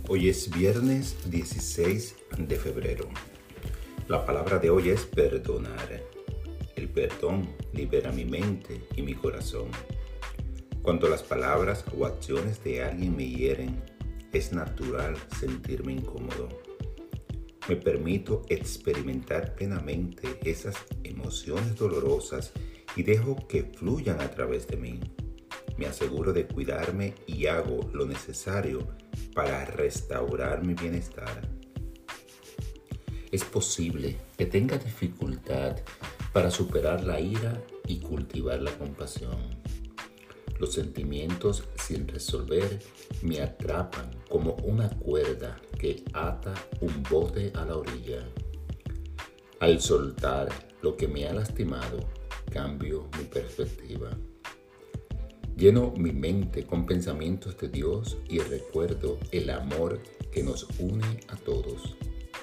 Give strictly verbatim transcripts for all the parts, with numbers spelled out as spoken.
Hoy es viernes dieciséis de febrero. La palabra de hoy es perdonar. El perdón libera mi mente y mi corazón. Cuando las palabras o acciones de alguien me hieren, es natural sentirme incómodo. Me permito experimentar plenamente esas emociones dolorosas y dejo que fluyan a través de mí. Me aseguro de cuidarme y hago lo necesario para restaurar mi bienestar. Es posible que tenga dificultad para superar la ira y cultivar la compasión. Los sentimientos sin resolver me atrapan como una cuerda que ata un bote a la orilla. Al soltar lo que me ha lastimado, cambio mi perspectiva. Lleno mi mente con pensamientos de Dios y recuerdo el amor que nos une a todos.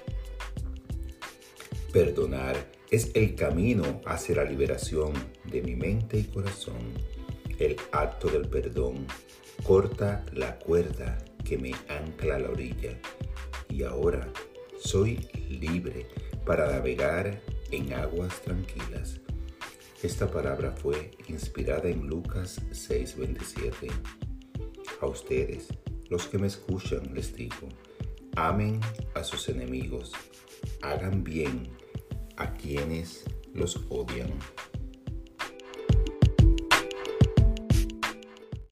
Perdonar es el camino hacia la liberación de mi mente y corazón. El acto del perdón corta la cuerda que me ancla a la orilla y ahora soy libre para navegar en aguas tranquilas. Esta palabra fue inspirada en Lucas seis veintisiete. A ustedes, los que me escuchan, les digo, amen a sus enemigos, hagan bien a quienes los odian.